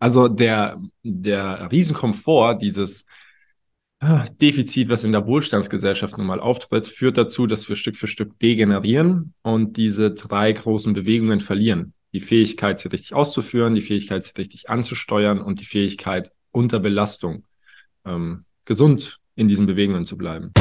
Also der Riesenkomfort, dieses Defizit, was in der Wohlstandsgesellschaft nun mal auftritt, führt dazu, dass wir Stück für Stück degenerieren und diese drei großen Bewegungen verlieren. Die Fähigkeit, sie richtig auszuführen, die Fähigkeit, sie richtig anzusteuern und die Fähigkeit, unter Belastung gesund in diesen Bewegungen zu bleiben.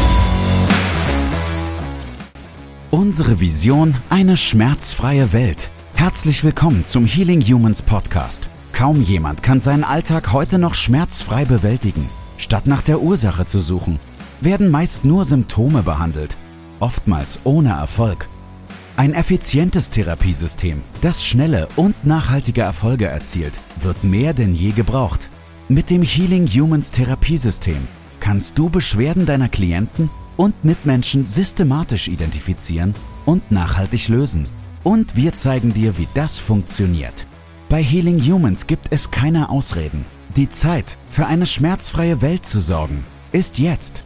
Unsere Vision: eine schmerzfreie Welt. Herzlich willkommen zum Healing Humans Podcast. Kaum jemand kann seinen Alltag heute noch schmerzfrei bewältigen. Statt nach der Ursache zu suchen, werden meist nur Symptome behandelt, oftmals ohne Erfolg. Ein effizientes Therapiesystem, das schnelle und nachhaltige Erfolge erzielt, wird mehr denn je gebraucht. Mit dem Healing Humans Therapiesystem kannst du Beschwerden deiner Klienten und Mitmenschen systematisch identifizieren und nachhaltig lösen. Und wir zeigen dir, wie das funktioniert. Bei Healing Humans gibt es keine Ausreden. Die Zeit, für eine schmerzfreie Welt zu sorgen, ist jetzt.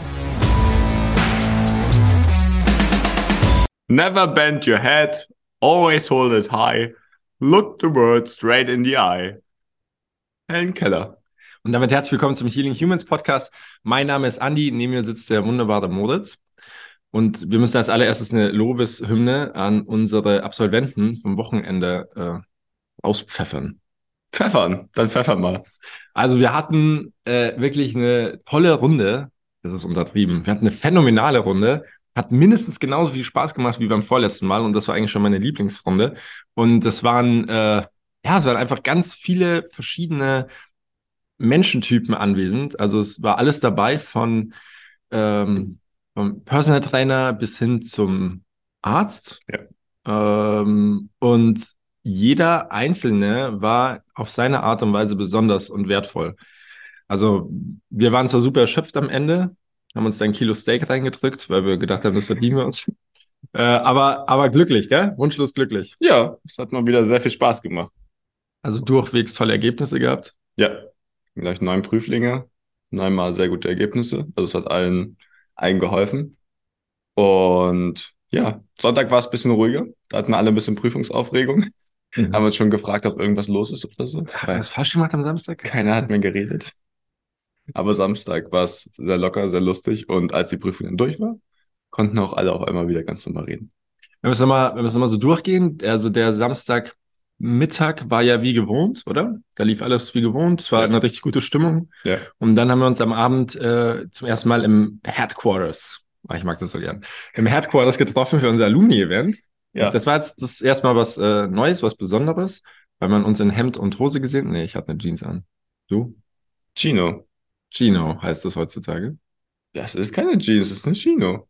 Never bend your head, always hold it high, look the world straight in the eye. Helen Keller. Und damit herzlich willkommen zum Healing Humans Podcast. Mein Name ist Andi, neben mir sitzt der wunderbare Moritz. Und wir müssen als allererstes eine Lobeshymne an unsere Absolventen vom Wochenende auspfeffern. Pfeffern, dann pfeffern mal. Also wir hatten wirklich eine tolle Runde. Das ist untertrieben. Wir hatten eine phänomenale Runde. Hat mindestens genauso viel Spaß gemacht wie beim vorletzten Mal. Und das war eigentlich schon meine Lieblingsrunde. Und es waren einfach ganz viele verschiedene Menschentypen anwesend. Also es war alles dabei vom Personal Trainer bis hin zum Arzt. Ja. Und jeder Einzelne war auf seine Art und Weise besonders und wertvoll. Also wir waren zwar super erschöpft am Ende, haben uns da ein Kilo Steak reingedrückt, weil wir gedacht haben, das verdienen wir uns. Aber glücklich, gell? Wunschlos glücklich. Ja, es hat mal wieder sehr viel Spaß gemacht. Also durchwegs tolle Ergebnisse gehabt. Ja, gleich 9 Prüflinge, 9-mal sehr gute Ergebnisse. Also es hat allen geholfen. Und ja, Sonntag war es ein bisschen ruhiger. Da hatten alle ein bisschen Prüfungsaufregung. Haben uns schon gefragt, ob irgendwas los ist oder so. Haben wir das falsch gemacht am Samstag? Keiner hat mehr geredet. Aber Samstag war es sehr locker, sehr lustig. Und als die Prüfung dann durch war, konnten auch alle auf einmal wieder ganz normal reden. Wenn wir es nochmal so durchgehen, also der Samstagmittag war ja wie gewohnt, oder? Da lief alles wie gewohnt, es war eine richtig gute Stimmung. Ja. Und dann haben wir uns am Abend zum ersten Mal im Headquarters, ich mag das so gern, im Headquarters getroffen für unser Alumni-Event. Ja. Das war jetzt das erste Mal was Neues, was Besonderes, weil man uns in Hemd und Hose gesehen. Nee, ich hatte eine Jeans an. Du? Chino. Chino heißt das heutzutage. Das ist keine Jeans, das ist ein Chino.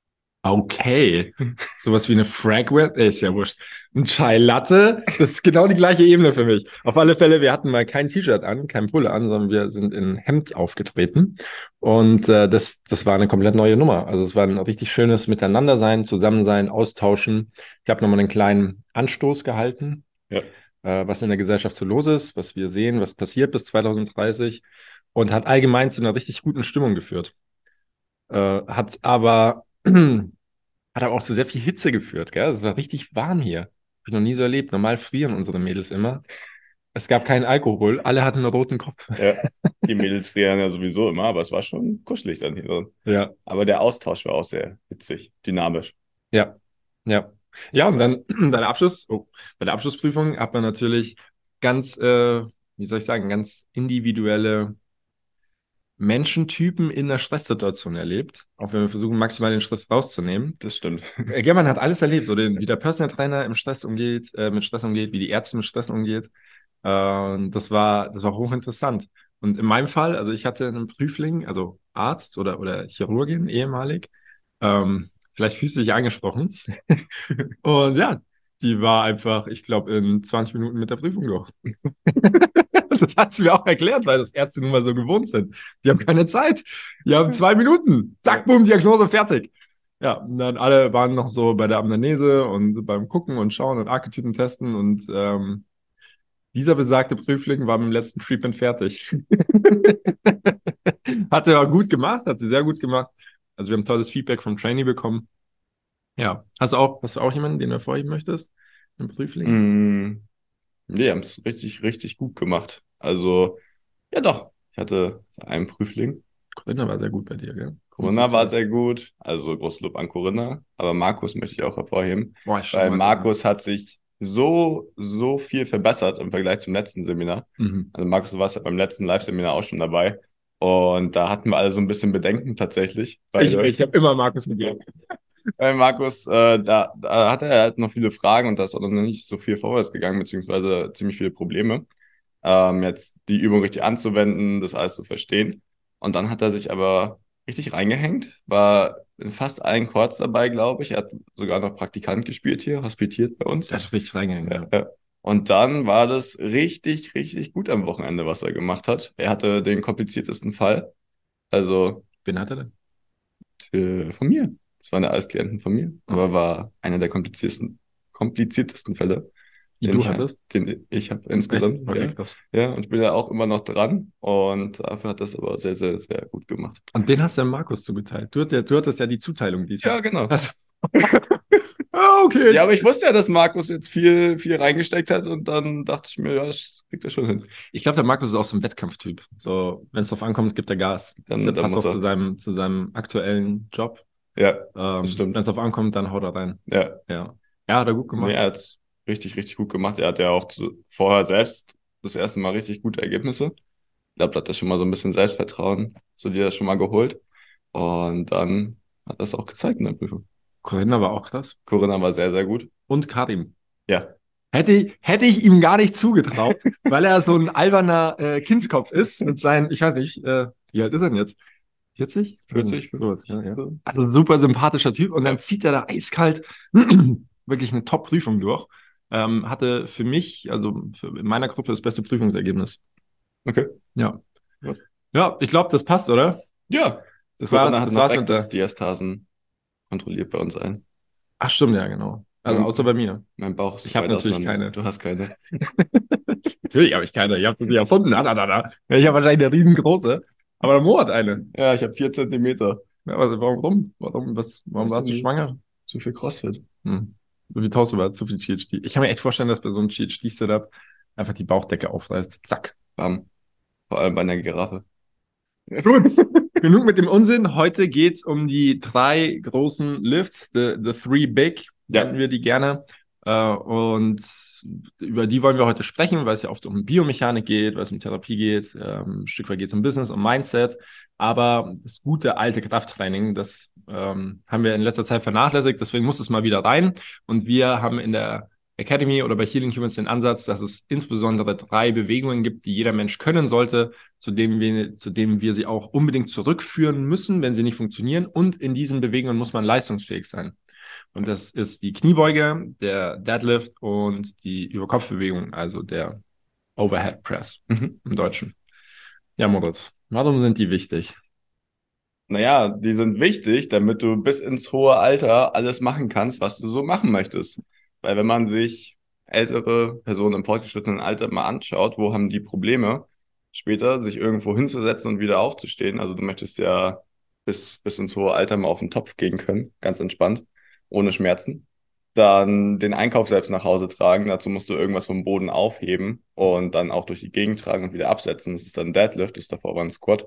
Okay. Sowas wie eine Fragware, ist ja wurscht. Ein Chai Latte, das ist genau die gleiche Ebene für mich. Auf alle Fälle, wir hatten mal kein T-Shirt an, kein Pulli an, sondern wir sind in Hemd aufgetreten. Und das war eine komplett neue Nummer. Also es war ein richtig schönes Miteinandersein, Zusammensein, Austauschen. Ich habe nochmal einen kleinen Anstoß gehalten, Ja. Was in der Gesellschaft so los ist, was wir sehen, was passiert bis 2030 und hat allgemein zu einer richtig guten Stimmung geführt. Hat aber auch zu sehr viel Hitze geführt, gell? Es war richtig warm hier. Habe ich noch nie so erlebt. Normal frieren unsere Mädels immer. Es gab keinen Alkohol, alle hatten einen roten Kopf. Ja. Die Mädels frieren ja sowieso immer, aber es war schon kuschelig dann hier drin. Ja, Aber der Austausch war auch sehr hitzig, dynamisch. ja, ja. Ja, und dann bei der Abschlussprüfung hat man natürlich ganz, wie soll ich sagen, ganz individuelle Menschentypen in einer Stresssituation erlebt, auch wenn wir versuchen, maximal den Stress rauszunehmen. Das stimmt. German hat alles erlebt, so wie der Personal Trainer mit Stress umgeht, wie die Ärzte mit Stress umgeht. Das war hochinteressant. Und in meinem Fall, also ich hatte einen Prüfling, also Arzt oder Chirurgin, ehemalig, vielleicht fühlst du dich angesprochen. Und ja, die war einfach, ich glaube, in 20 Minuten mit der Prüfung durch. Das hat sie mir auch erklärt, weil das Ärzte nun mal so gewohnt sind. Die haben keine Zeit. Die haben 2 Minuten. Zack, bumm, Diagnose, fertig. Ja, und dann alle waren noch so bei der Amnese und beim Gucken und Schauen und Archetypen testen und dieser besagte Prüfling war mit dem letzten Treatment fertig. Hat er auch gut gemacht, hat sie sehr gut gemacht. Also wir haben tolles Feedback vom Trainee bekommen. Ja, hast du auch jemanden, den du hervorheben möchtest? Im Prüfling? Die haben es richtig, richtig gut gemacht. Also, ja doch, ich hatte einen Prüfling. Corinna war sehr gut bei dir, gell? Corinna war sehr gut, also großes Lob an Corinna. Aber Markus möchte ich auch hervorheben, Boah, weil stimmt, Marco. Markus hat sich so viel verbessert im Vergleich zum letzten Seminar. Mhm. Also Markus, du warst ja beim letzten Live-Seminar auch schon dabei. Und da hatten wir alle so ein bisschen Bedenken tatsächlich, Ich habe immer Markus mit dir. weil Markus, da hatte er halt noch viele Fragen und da ist auch noch nicht so viel vorwärts gegangen, beziehungsweise ziemlich viele Probleme, jetzt die Übung richtig anzuwenden, das alles zu verstehen. Und dann hat er sich aber richtig reingehängt, war in fast allen Chords dabei, glaube ich. Er hat sogar noch Praktikant gespielt hier, hospitiert bei uns. Der ist richtig reingegangen, ja. Ja. Und dann war das richtig gut am Wochenende, was er gemacht hat. Er hatte den kompliziertesten Fall, also Wen hat er denn? von mir. Das war eine als Klienten von mir, Oh, aber war einer der kompliziertesten Fälle, die du hattest? den ich habe Echt? insgesamt. Okay, Ja. krass. Ja, und ich bin ja auch immer noch dran und dafür hat das aber sehr gut gemacht. Und den hast du dem Markus zugeteilt. Du hattest ja die Zuteilung diesmal. Ja, genau. Also, ah, okay. Ja, aber ich wusste ja, dass Markus jetzt viel reingesteckt hat und dann dachte ich mir, ja, das kriegt er schon hin. Ich glaube, der Markus ist auch so ein Wettkampftyp. So, wenn es drauf ankommt, gibt er Gas. Der Dann passt muss auch er. zu seinem aktuellen Job. Ja, das Wenn stimmt. es drauf ankommt, dann haut er rein. Ja. Ja. Ja, hat er gut Nee, gemacht. er hat richtig gut gemacht. Er hat ja auch vorher selbst das erste Mal richtig gute Ergebnisse. Ich glaube, da hat er schon mal so ein bisschen Selbstvertrauen zu dir schon mal geholt. Und dann hat er es auch gezeigt in der Prüfung. Corinna war auch krass. Corinna war sehr gut. Und Karim. Ja, Hätte ich ihm gar nicht zugetraut, weil er so ein alberner Kindskopf ist mit seinen, ich weiß nicht, wie alt ist er denn jetzt? 40? 40. Sowas, ja. Also ein super sympathischer Typ und dann zieht er da eiskalt wirklich eine Top-Prüfung durch. Hatte für mich, also in meiner Gruppe, das beste Prüfungsergebnis. Okay. Ja. Ja. Ja, ich glaube, das passt, oder? Ja. Das Corinna war's, hatte das noch war's mit der. Rektusdiastasen kontrolliert bei uns allen. Ach, stimmt, ja, genau. Also außer bei mir. Mein Bauch ist Ich habe weit natürlich auseinander. keine. Du hast keine. Natürlich habe ich keine. Ich habe die erfunden. Ja, ich habe wahrscheinlich eine riesengroße. Aber der Mo hat eine. Ja, ich habe 4 Zentimeter. Ja, warum? Warum Weißt du warst du nie? schwanger? Zu viel CrossFit. Hm. Wie tausend war zu viel GHD. Ich kann mir echt vorstellen, dass bei so einem GHD-Setup einfach die Bauchdecke aufreißt. Zack. Bam. Vor allem bei einer Giraffe. Gut. Genug mit dem Unsinn. Heute geht's um die drei großen Lifts, the three big, nennen Ja. wir die gerne. Und über die wollen wir heute sprechen, weil es ja oft um Biomechanik geht, weil es um Therapie geht. Ein Stück weit geht es um Business, um Mindset. Aber das gute alte Krafttraining, das haben wir in letzter Zeit vernachlässigt. Deswegen muss es mal wieder rein. Und wir haben in der Academy oder bei Healing Humans den Ansatz, dass es insbesondere drei Bewegungen gibt, die jeder Mensch können sollte, zu denen wir sie auch unbedingt zurückführen müssen, wenn sie nicht funktionieren. Und in diesen Bewegungen muss man leistungsfähig sein. Und das ist die Kniebeuge, der Deadlift und die Überkopfbewegung, also der Overhead Press Mhm. im Deutschen. Ja, Moritz, warum sind die wichtig? Naja, die sind wichtig, damit du bis ins hohe Alter alles machen kannst, was du so machen möchtest. Weil wenn man sich ältere Personen im fortgeschrittenen Alter mal anschaut, wo haben die Probleme, später sich irgendwo hinzusetzen und wieder aufzustehen. Also du möchtest ja bis ins hohe Alter mal auf den Topf gehen können, ganz entspannt, ohne Schmerzen. Dann den Einkauf selbst nach Hause tragen. Dazu musst du irgendwas vom Boden aufheben und dann auch durch die Gegend tragen und wieder absetzen. Das ist dann Deadlift, das davor war ein Squat.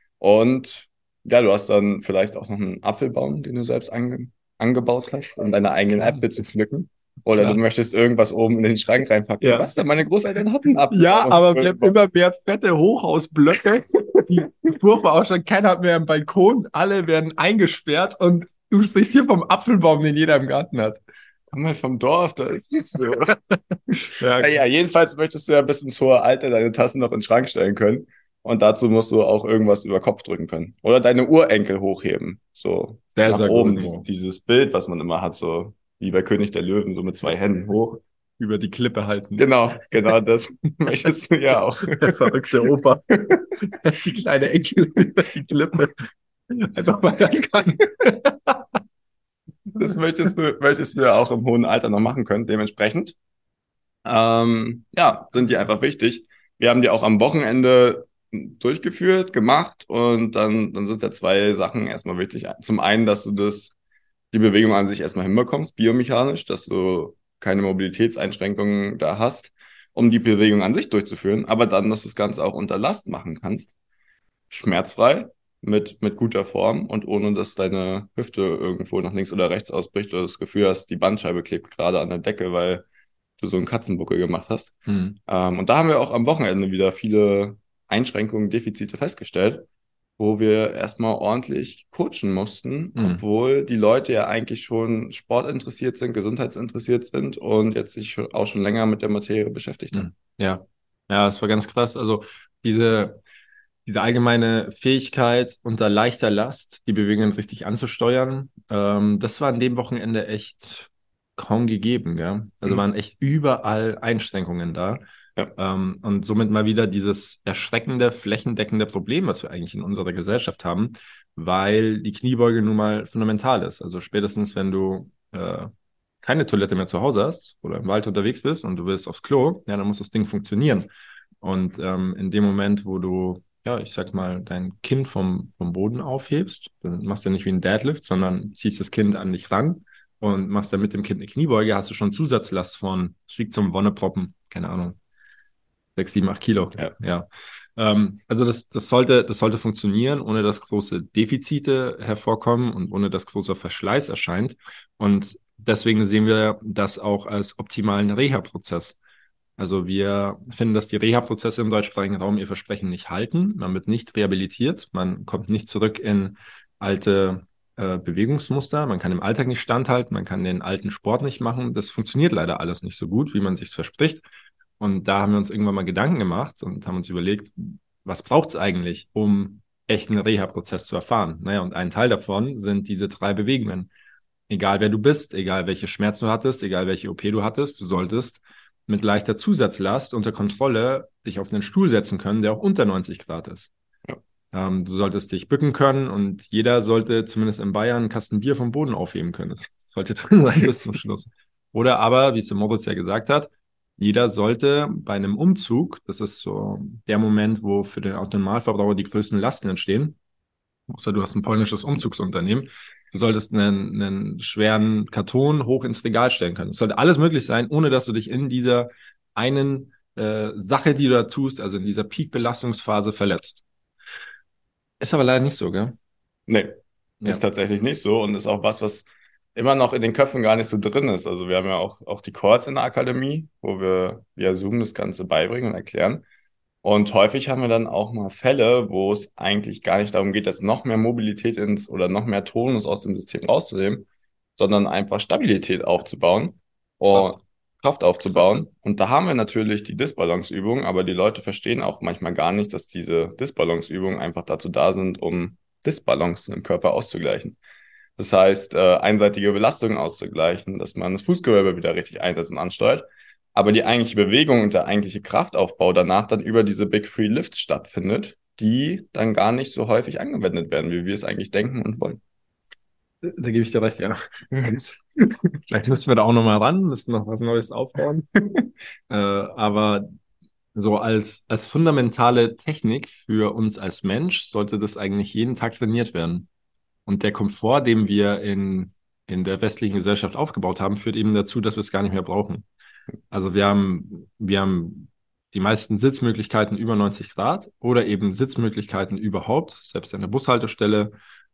Und ja, du hast dann vielleicht auch noch einen Apfelbaum, den du selbst angebaut hast, um deine eigenen Klar. Äpfel zu pflücken. Oder Klar. du möchtest irgendwas oben in den Schrank reinpacken. Ja. Was denn? Meine Großeltern hatten einen Apfelbaum. Ja, und aber wir haben irgendwann- immer mehr fette Hochhausblöcke, die furchtbar ausschauen. Keiner hat mehr einen Balkon, alle werden eingesperrt und du sprichst hier vom Apfelbaum, den jeder im Garten hat. Komm halt vom Dorf, da ist das so. Ja, Naja, jedenfalls möchtest du ja bis ins hohe Alter deine Tassen noch in den Schrank stellen können. Und dazu musst du auch irgendwas über Kopf drücken können. Oder deine Urenkel hochheben. So der ist nach ja oben. gut. Dieses Bild, was man immer hat, so wie bei König der Löwen, so mit 2 Händen hoch. Über die Klippe halten. Genau, das möchtest du ja auch. Der verrückte Opa. Die kleine Enkel über die Klippe. Einfach mal das kann. Das möchtest du ja auch im hohen Alter noch machen können. Dementsprechend, ja, sind die einfach wichtig. Wir haben die auch am Wochenende durchgeführt, gemacht und dann sind ja 2 Sachen erstmal wichtig. Zum einen, dass du die Bewegung an sich erstmal hinbekommst, biomechanisch, dass du keine Mobilitätseinschränkungen da hast. um die Bewegung an sich durchzuführen, aber dann, dass du das Ganze auch unter Last machen kannst, schmerzfrei, mit guter Form und ohne, dass deine Hüfte irgendwo nach links oder rechts ausbricht oder das Gefühl hast, die Bandscheibe klebt gerade an der Decke, weil du so einen Katzenbuckel gemacht hast. Und da haben wir auch am Wochenende wieder viele Einschränkungen, Defizite festgestellt, wo wir erstmal ordentlich coachen mussten, obwohl die Leute ja eigentlich schon sportinteressiert sind, gesundheitsinteressiert sind und jetzt sich auch schon länger mit der Materie beschäftigt haben. Ja, ja, das war ganz krass. Also diese allgemeine Fähigkeit, unter leichter Last die Bewegungen richtig anzusteuern, das war an dem Wochenende echt kaum gegeben, gell? Also waren echt überall Einschränkungen da. Ja. Und somit mal wieder dieses erschreckende, flächendeckende Problem, was wir eigentlich in unserer Gesellschaft haben, weil die Kniebeuge nun mal fundamental ist. Also spätestens, wenn du keine Toilette mehr zu Hause hast oder im Wald unterwegs bist und du willst aufs Klo, ja, dann muss das Ding funktionieren. Und in dem Moment, wo du, ja, ich sag mal, dein Kind vom Boden aufhebst, dann machst du ja nicht wie ein Deadlift, sondern ziehst das Kind an dich ran und machst dann mit dem Kind eine Kniebeuge, hast du schon Zusatzlast von, es liegt zum Wonneproppen, keine Ahnung, 6, 7, 8 Kilo. Ja. Also das sollte funktionieren, ohne dass große Defizite hervorkommen und ohne dass großer Verschleiß erscheint. Und deswegen sehen wir das auch als optimalen Reha-Prozess. Also wir finden, dass die Reha-Prozesse im deutschsprachigen Raum ihr Versprechen nicht halten. Man wird nicht rehabilitiert, man kommt nicht zurück in alte Bewegungsmuster, man kann im Alltag nicht standhalten, man kann den alten Sport nicht machen. Das funktioniert leider alles nicht so gut, wie man sich verspricht. Und da haben wir uns irgendwann mal Gedanken gemacht und haben uns überlegt, was braucht es eigentlich, um echten Reha-Prozess zu erfahren? Naja, und ein Teil davon sind diese 3 Bewegungen. Egal wer du bist, egal welche Schmerzen du hattest, egal welche OP du hattest, du solltest mit leichter Zusatzlast unter Kontrolle dich auf einen Stuhl setzen können, der auch unter 90 Grad ist. Ja. Du solltest dich bücken können und jeder sollte zumindest in Bayern einen Kasten Bier vom Boden aufheben können. Das sollte drin sein bis zum Schluss. Oder aber, wie es der Moritz ja gesagt hat, jeder sollte bei einem Umzug, das ist so der Moment, wo für den Autonomalverbraucher die größten Lasten entstehen, außer du hast ein polnisches Umzugsunternehmen, du solltest einen schweren Karton hoch ins Regal stellen können. Es sollte alles möglich sein, ohne dass du dich in dieser einen Sache, die du da tust, also in dieser Peak-Belastungsphase verletzt. Ist aber leider nicht so, gell? Nee, ist tatsächlich nicht so und ist auch was immer noch in den Köpfen gar nicht so drin ist. Also wir haben ja auch die Calls in der Akademie, wo wir via Zoom das Ganze beibringen und erklären. Und häufig haben wir dann auch mal Fälle, wo es eigentlich gar nicht darum geht, jetzt noch mehr Mobilität oder noch mehr Tonus aus dem System rauszunehmen, sondern einfach Stabilität aufzubauen und Kraft aufzubauen. Und da haben wir natürlich die Disbalanceübungen, aber die Leute verstehen auch manchmal gar nicht, dass diese Disbalanceübungen einfach dazu da sind, um Disbalancen im Körper auszugleichen. Das heißt, einseitige Belastungen auszugleichen, dass man das Fußgewölbe wieder richtig einsetzt und ansteuert. Aber die eigentliche Bewegung und der eigentliche Kraftaufbau danach dann über diese Big Free Lifts stattfindet, die dann gar nicht so häufig angewendet werden, wie wir es eigentlich denken und wollen. Da gebe ich dir recht, ja. Vielleicht müssen wir da auch nochmal ran, müssen noch was Neues aufbauen. Aber so als fundamentale Technik für uns als Mensch sollte das eigentlich jeden Tag trainiert werden. Und der Komfort, den wir in der westlichen Gesellschaft aufgebaut haben, führt eben dazu, dass wir es gar nicht mehr brauchen. Also wir haben die meisten Sitzmöglichkeiten über 90 Grad oder eben Sitzmöglichkeiten überhaupt, selbst an der Bushaltestelle.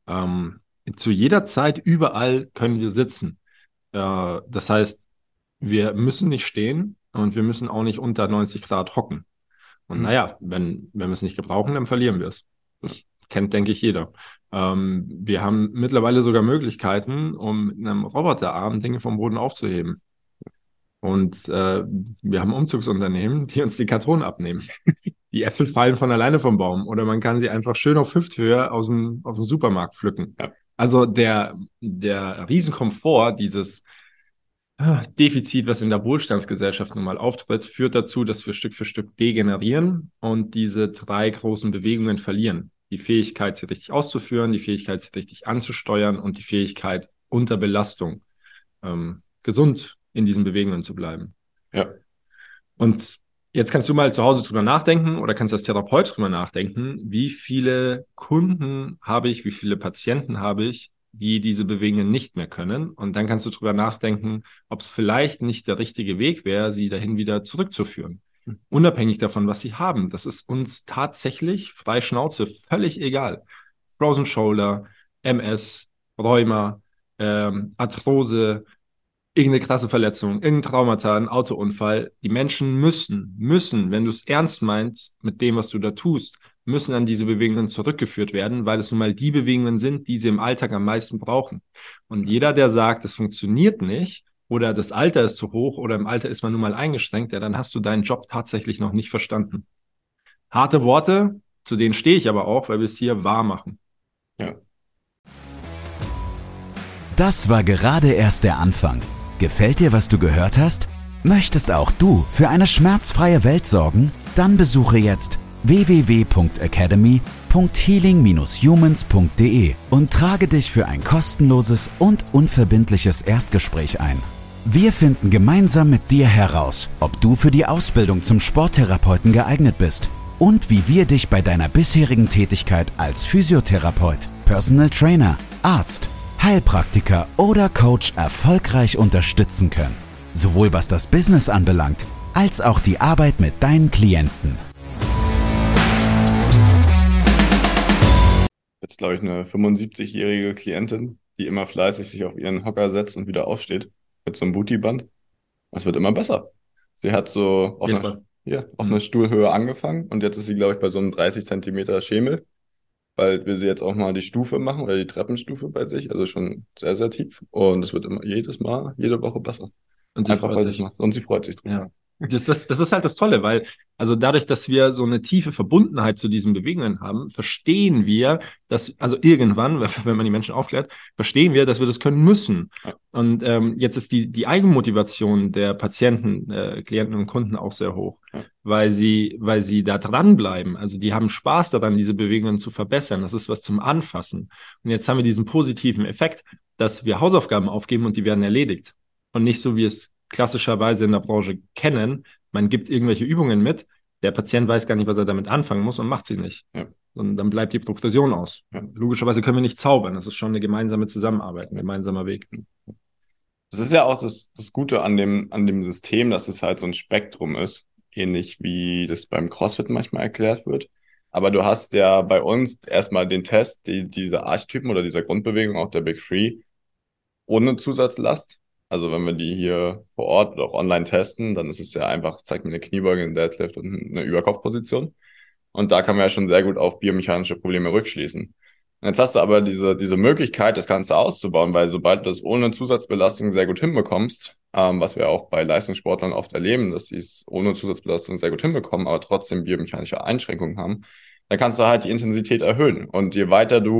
Zu jeder Zeit, überall können wir sitzen. Das heißt, wir müssen nicht stehen und wir müssen auch nicht unter 90 Grad hocken. Und naja, wenn wir es nicht gebrauchen, dann verlieren wir es. Das kennt, denke ich, jeder. Wir haben mittlerweile sogar Möglichkeiten, um mit einem Roboterarm Dinge vom Boden aufzuheben. Und wir haben Umzugsunternehmen, die uns die Kartonen abnehmen. Die Äpfel fallen von alleine vom Baum oder man kann sie einfach schön auf Hüfthöhe aus dem Supermarkt pflücken. Ja. Also der Riesenkomfort, dieses Defizit, was in der Wohlstandsgesellschaft nun mal auftritt, führt dazu, dass wir Stück für Stück degenerieren und diese 3 großen Bewegungen verlieren. Die Fähigkeit, sie richtig auszuführen, die Fähigkeit, sie richtig anzusteuern und die Fähigkeit, unter Belastung gesund in diesen Bewegungen zu bleiben. Ja. Und jetzt kannst du mal zu Hause drüber nachdenken oder kannst als Therapeut drüber nachdenken, wie viele Kunden habe ich, wie viele Patienten habe ich, die diese Bewegungen nicht mehr können. Und dann kannst du drüber nachdenken, ob es vielleicht nicht der richtige Weg wäre, sie dahin wieder zurückzuführen. unabhängig davon, was sie haben. Das ist uns tatsächlich frei Schnauze völlig egal. Frozen Shoulder, MS, Rheuma, Arthrose, irgendeine krasse Verletzung, irgendein Traumata, ein Autounfall. Die Menschen müssen, wenn du es ernst meinst mit dem, was du da tust, müssen an diese Bewegungen zurückgeführt werden, weil es nun mal die Bewegungen sind, die sie im Alltag am meisten brauchen. Und jeder, der sagt, es funktioniert nicht oder das Alter ist zu hoch oder im Alter ist man nun mal eingeschränkt, ja, dann hast du deinen Job tatsächlich noch nicht verstanden. Harte Worte, zu denen stehe ich aber auch, weil wir es hier wahr machen. Ja. Das war gerade erst der Anfang. Gefällt dir, was du gehört hast? Möchtest auch du für eine schmerzfreie Welt sorgen? Dann besuche jetzt www.academy.healing-humans.de und trage dich für ein kostenloses und unverbindliches Erstgespräch ein. Wir finden gemeinsam mit dir heraus, ob du für die Ausbildung zum Sporttherapeuten geeignet bist und wie wir dich bei deiner bisherigen Tätigkeit als Physiotherapeut, Personal Trainer, Arzt, Heilpraktiker oder Coach erfolgreich unterstützen können. Sowohl was das Business anbelangt, als auch die Arbeit mit deinen Klienten. Jetzt glaube ich eine 75-jährige Klientin, die immer fleißig sich auf ihren Hocker setzt und wieder aufsteht mit so einem Bootyband. Es wird immer besser. Sie hat so auf einer Stuhlhöhe angefangen und jetzt ist sie, glaube ich, bei so einem 30 Zentimeter Schemel, weil wir sie jetzt auch mal die Stufe machen oder die Treppenstufe bei sich, also schon sehr, sehr tief. Und es wird immer jede Woche besser. Und sie freut sich. Und sie freut sich drüber. Ja. Das ist halt das Tolle, weil also dadurch, dass wir so eine tiefe Verbundenheit zu diesen Bewegungen haben, verstehen wir, dass, also irgendwann, wenn man die Menschen aufklärt, verstehen wir, dass wir das können müssen. Ja. Und jetzt ist die Eigenmotivation der Patienten, Klienten und Kunden auch sehr hoch, Ja. weil sie da dranbleiben. Also die haben Spaß daran, diese Bewegungen zu verbessern. Das ist was zum Anfassen. Und jetzt haben wir diesen positiven Effekt, dass wir Hausaufgaben aufgeben und die werden erledigt. Und nicht so, wie es klassischerweise in der Branche kennen. Man gibt irgendwelche Übungen mit, der Patient weiß gar nicht, was er damit anfangen muss und macht sie nicht. Ja. Und dann bleibt die Progression aus. Ja. Logischerweise können wir nicht zaubern. Das ist schon eine gemeinsame Zusammenarbeit, ein gemeinsamer Weg. Das ist ja auch das Gute an dem System, dass es halt so ein Spektrum ist, ähnlich wie das beim CrossFit manchmal erklärt wird. Aber du hast ja bei uns erstmal den Test, diese Archetypen oder dieser Grundbewegung, auch der Big Three, ohne Zusatzlast. Also wenn wir die hier vor Ort oder auch online testen, dann ist es ja einfach, zeigt mir eine Kniebeuge, einen Deadlift und eine Überkopfposition. Und da kann man ja schon sehr gut auf biomechanische Probleme rückschließen. Und jetzt hast du aber diese Möglichkeit, das Ganze auszubauen, weil sobald du das ohne Zusatzbelastung sehr gut hinbekommst, was wir auch bei Leistungssportlern oft erleben, dass sie es ohne Zusatzbelastung sehr gut hinbekommen, aber trotzdem biomechanische Einschränkungen haben, dann kannst du halt die Intensität erhöhen. Und je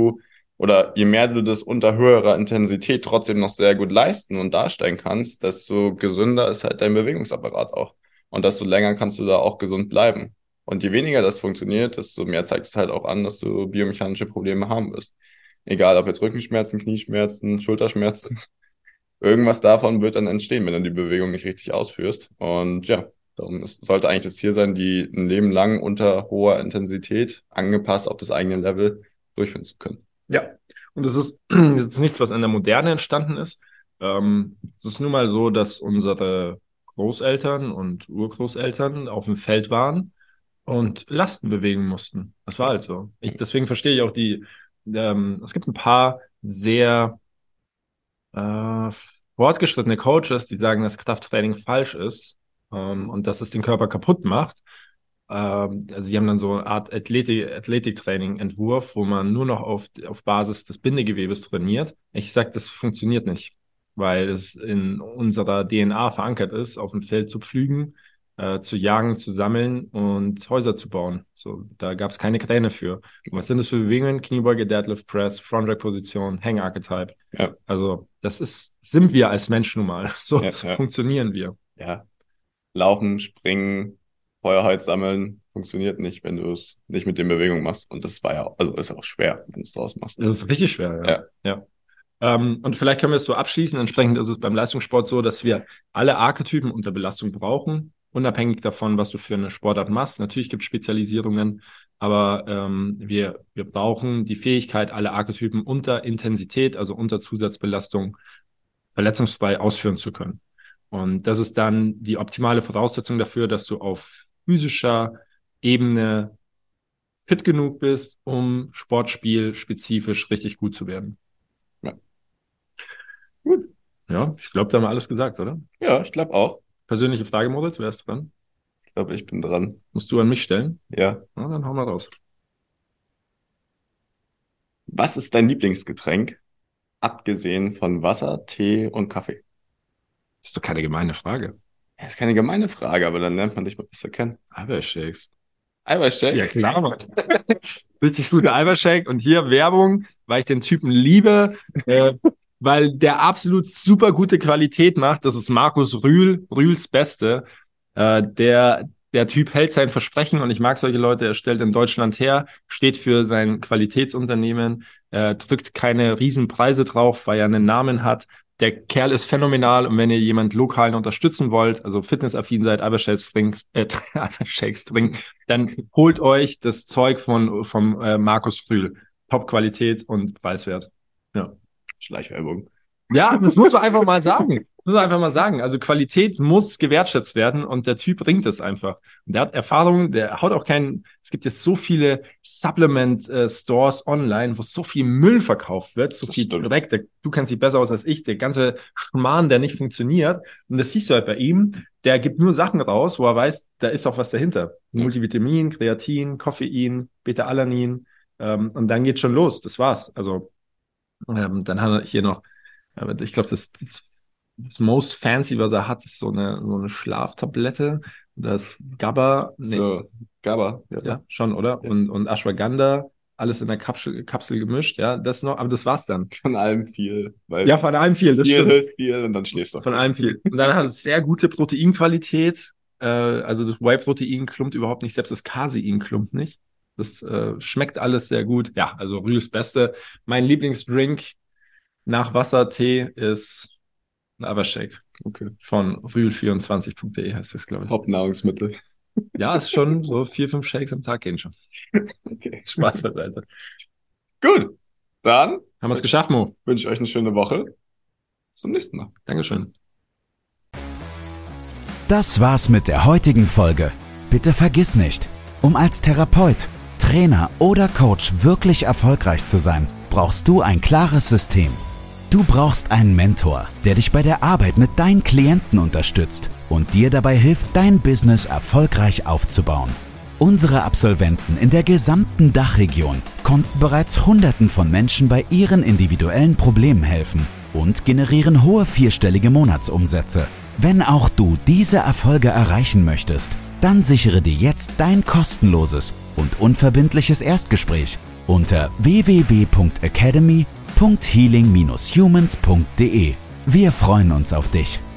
mehr du das unter höherer Intensität trotzdem noch sehr gut leisten und darstellen kannst, desto gesünder ist halt dein Bewegungsapparat auch. Und desto länger kannst du da auch gesund bleiben. Und je weniger das funktioniert, desto mehr zeigt es halt auch an, dass du biomechanische Probleme haben wirst. Egal, ob jetzt Rückenschmerzen, Knieschmerzen, Schulterschmerzen. Irgendwas davon wird dann entstehen, wenn du die Bewegung nicht richtig ausführst. Und ja, darum sollte eigentlich das Ziel sein, die ein Leben lang unter hoher Intensität, angepasst auf das eigene Level, durchführen zu können. Ja, und das ist jetzt nichts, was in der Moderne entstanden ist. Es ist nun mal so, dass unsere Großeltern und Urgroßeltern auf dem Feld waren und Lasten bewegen mussten. Das war halt so. Deswegen verstehe ich auch es gibt ein paar sehr fortgeschrittene Coaches, die sagen, dass Krafttraining falsch ist und dass es den Körper kaputt macht. Also die haben dann so eine Art Athletiktraining-Entwurf, wo man nur noch auf Basis des Bindegewebes trainiert. Ich sage, das funktioniert nicht, weil es in unserer DNA verankert ist, auf dem Feld zu pflügen, zu jagen, zu sammeln und Häuser zu bauen. So, da gab es keine Kräne für. Und was sind das für Bewegungen? Kniebeuge, Deadlift, Press, Front-Rack-Position, Hang-Archetype. Ja. Also sind wir als Mensch nun mal. So funktionieren wir. Ja. Laufen, springen, Feuerholz sammeln funktioniert nicht, wenn du es nicht mit den Bewegungen machst. Und das ist auch schwer, wenn du es draus machst. Das ist richtig schwer, ja. Und vielleicht können wir es so abschließen. Entsprechend ist es beim Leistungssport so, dass wir alle Archetypen unter Belastung brauchen, unabhängig davon, was du für eine Sportart machst. Natürlich gibt es Spezialisierungen, aber wir brauchen die Fähigkeit, alle Archetypen unter Intensität, also unter Zusatzbelastung, verletzungsfrei ausführen zu können. Und das ist dann die optimale Voraussetzung dafür, dass du auf physischer Ebene fit genug bist, um sportspielspezifisch richtig gut zu werden. Ja. Gut. Ja, ich glaube, da haben wir alles gesagt, oder? Ja, ich glaube auch. Persönliche Frage, Moritz, wer ist dran? Ich glaube, ich bin dran. Musst du an mich stellen? Ja. Na, dann hau mal raus. Was ist dein Lieblingsgetränk, abgesehen von Wasser, Tee und Kaffee? Das ist doch keine gemeine Frage. Ja, ist keine gemeine Frage, aber dann lernt man dich mal besser kennen. Eiweißshakes. Eiweißshake? Ja, klar, Mann. Richtig guter Eiweißshake. Und hier Werbung, weil ich den Typen liebe, weil der absolut super gute Qualität macht. Das ist Markus Rühl, Rühls Beste. Der Typ hält sein Versprechen und ich mag solche Leute. Er stellt in Deutschland her, steht für sein Qualitätsunternehmen, drückt keine Riesenpreise drauf, weil er einen Namen hat. Der Kerl ist phänomenal und wenn ihr jemand Lokalen unterstützen wollt, also fitnessaffin seid, Eiweißshakes trinken, dann holt euch das Zeug vom Markus Rühl. Top-Qualität und preiswert. Ja. Schleichwerbung. Ja, das muss man einfach mal sagen. Also Qualität muss gewertschätzt werden und der Typ bringt es einfach. Und der hat Erfahrung, der haut auch keinen, es gibt jetzt so viele Supplement-Stores online, wo so viel Müll verkauft wird, so viel Dreck, du kennst dich besser aus als ich, der ganze Schmarrn, der nicht funktioniert. Und das siehst du halt bei ihm, der gibt nur Sachen raus, wo er weiß, da ist auch was dahinter. Multivitamin, Kreatin, Koffein, Beta-Alanin und dann geht's schon los, das war's. Also dann hat er hier noch, ich glaube, das most fancy, was er hat, ist so eine Schlaftablette. Das GABA. Nee. So, GABA. Ja, schon, oder? Ja. Und Ashwagandha, alles in der Kapsel gemischt. Ja, das noch, aber das war's dann. Von allem viel. Ja, von allem viel. Das viel hilft viel und dann schläfst du. Von allem viel. Und dann hat es sehr gute Proteinqualität. Also das Whey-Protein klumpt überhaupt nicht, selbst das Casein klumpt nicht. Das schmeckt alles sehr gut. Ja, also Rühls Beste. Mein Lieblingsdrink nach Wasser, Tee ist ein Eiweißshake. Okay. Von rühl24.de heißt das, glaube ich. Hauptnahrungsmittel. Ja, ist schon so 4-5 Shakes am Tag gehen schon. Okay. Spaß beiseite. Gut, dann haben wir es geschafft, Mo. Wünsche ich euch eine schöne Woche. Bis zum nächsten Mal. Dankeschön. Das war's mit der heutigen Folge. Bitte vergiss nicht, um als Therapeut, Trainer oder Coach wirklich erfolgreich zu sein, brauchst du ein klares System. Du brauchst einen Mentor, der dich bei der Arbeit mit deinen Klienten unterstützt und dir dabei hilft, dein Business erfolgreich aufzubauen. Unsere Absolventen in der gesamten Dachregion konnten bereits Hunderten von Menschen bei ihren individuellen Problemen helfen und generieren hohe vierstellige Monatsumsätze. Wenn auch du diese Erfolge erreichen möchtest, dann sichere dir jetzt dein kostenloses und unverbindliches Erstgespräch unter www.academy.healing-humans.de. Wir freuen uns auf dich.